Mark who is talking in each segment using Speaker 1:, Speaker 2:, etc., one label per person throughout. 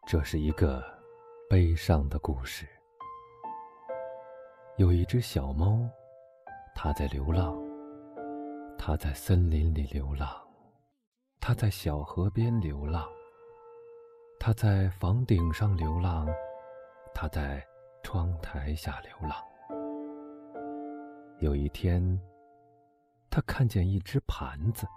Speaker 1: 这是一个悲伤的故事。有一只小猫，它在流浪，它在森林里流浪，它在小河边流浪，它在房顶上流浪，它在窗台下流浪。有一天，它看见一只盘子，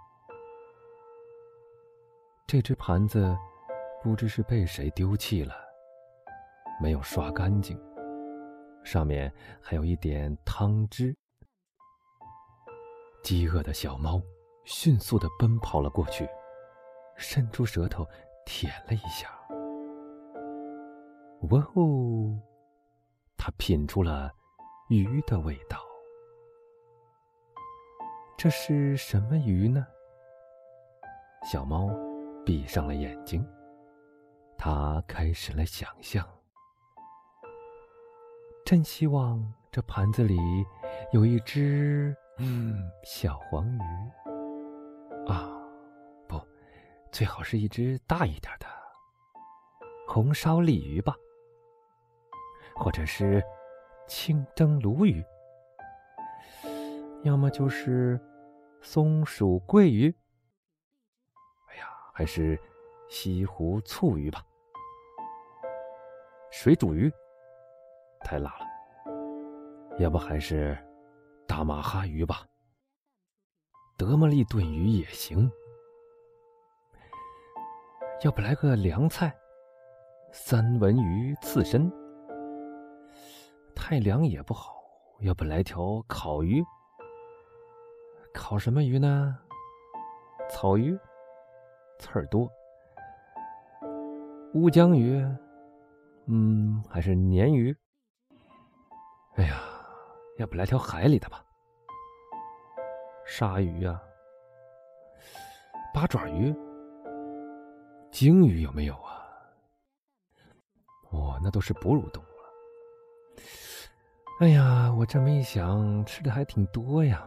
Speaker 1: 这只盘子不知是被谁丢弃了，没有刷干净，上面还有一点汤汁。饥饿的小猫迅速地奔跑了过去，伸出舌头舔了一下。哇哦，它品出了鱼的味道。这是什么鱼呢？小猫闭上了眼睛，它开始了想象。真希望这盘子里有一只小黄鱼啊，不，最好是一只大一点的红烧鲤鱼吧，或者是清蒸鲈鱼，要么就是松鼠桂鱼，还是西湖醋鱼吧。水煮鱼太辣了，要不还是大马哈鱼吧。德玛利炖鱼也行，要不来个凉菜，三文鱼刺身。太凉也不好，要不来条烤鱼。烤什么鱼呢？草鱼，刺儿多。乌江鱼，还是鲶鱼。哎呀，要不来条海里的吧。鲨鱼啊，八爪鱼，鲸鱼有没有啊？哦，那都是哺乳动物了。哎呀，我这么一想，吃的还挺多呀。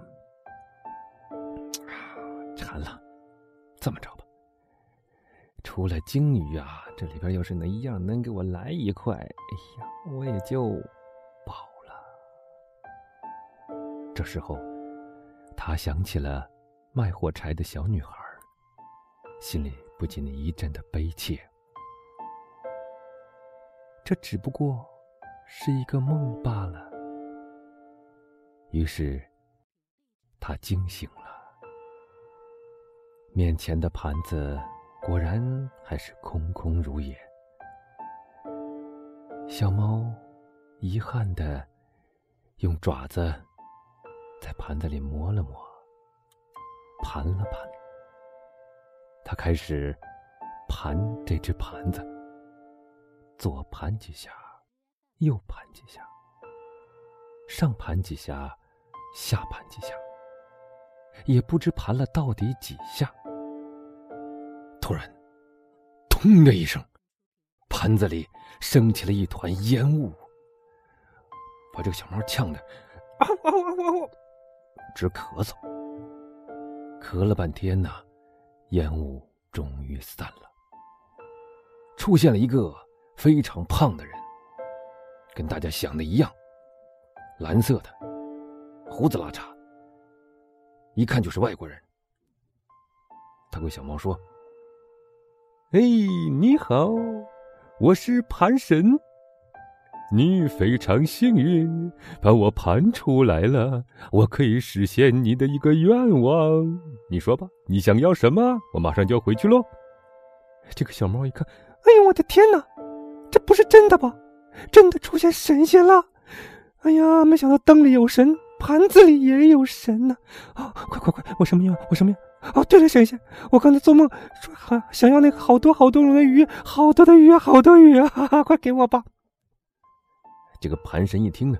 Speaker 1: 馋了，这么着吧，除了鲸鱼啊，这里边要是能一样能给我来一块，哎呀，我也就饱了。这时候，他想起了卖火柴的小女孩，心里不禁一阵的悲切。这只不过是一个梦罢了。于是，他惊醒了。面前的盘子果然还是空空如也。小猫遗憾地用爪子在盘子里摸了摸，盘了盘。它开始盘这只盘子，左盘几下，右盘几下，上盘几下，下盘几下，也不知盘了到底几下。突然，咚的一声，盘子里升起了一团烟雾，把这个小猫呛得直咳嗽。咳了半天呢，烟雾终于散了，出现了一个非常胖的人，跟大家想的一样，蓝色的，胡子拉碴，一看就是外国人。他对小猫说：“哎，你好，我是盘神，你非常幸运把我盘出来了，我可以实现你的一个愿望。你说吧，你想要什么？我马上就要回去咯。”这个小猫一看，哎呦我的天哪，这不是真的吧？真的出现神仙了！哎呀，没想到灯里有神，盘子里也有神呢！快，我什么愿望？我什么愿望？哦，对了，神仙，我刚才做梦说想要那个好多种的鱼，好多鱼啊！快给我吧！这个盘神一听呢，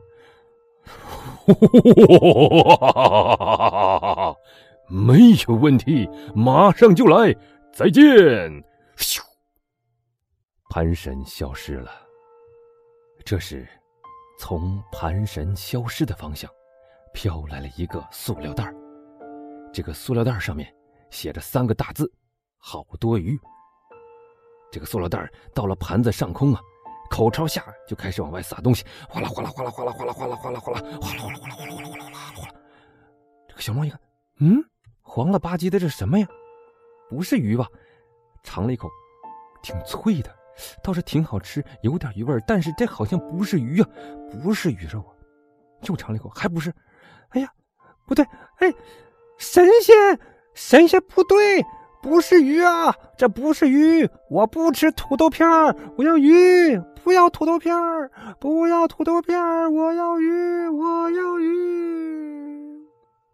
Speaker 1: 没有问题，马上就来，再见！咻，盘神消失了。这时，从盘神消失的方向飘来了一个塑料袋，这个塑料袋上面写着3个大字：好多鱼。 这个塑料袋到了盘子上空啊，口朝下就开始往外撒东西，哗啦哗啦哗啦哗啦哗啦哗啦哗啦哗啦哗啦哗啦哗啦哗啦哗啦哗啦哗啦。这个小猫一看，黄了吧唧的这是什么呀？不是鱼吧？尝了一口，挺脆的，倒是挺好吃，有点鱼味，但是这好像不是鱼啊，不是鱼肉啊。又尝了一口，还不是。哎呀，不对，哎，神仙不对，不是鱼啊，这不是鱼，我不吃土豆片儿，我要鱼，不要土豆片儿，不要土豆片儿，我要鱼，我要鱼。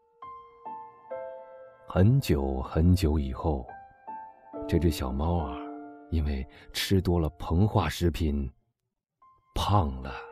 Speaker 1: 很久很久以后，这只小猫啊，因为吃多了膨化食品，胖了。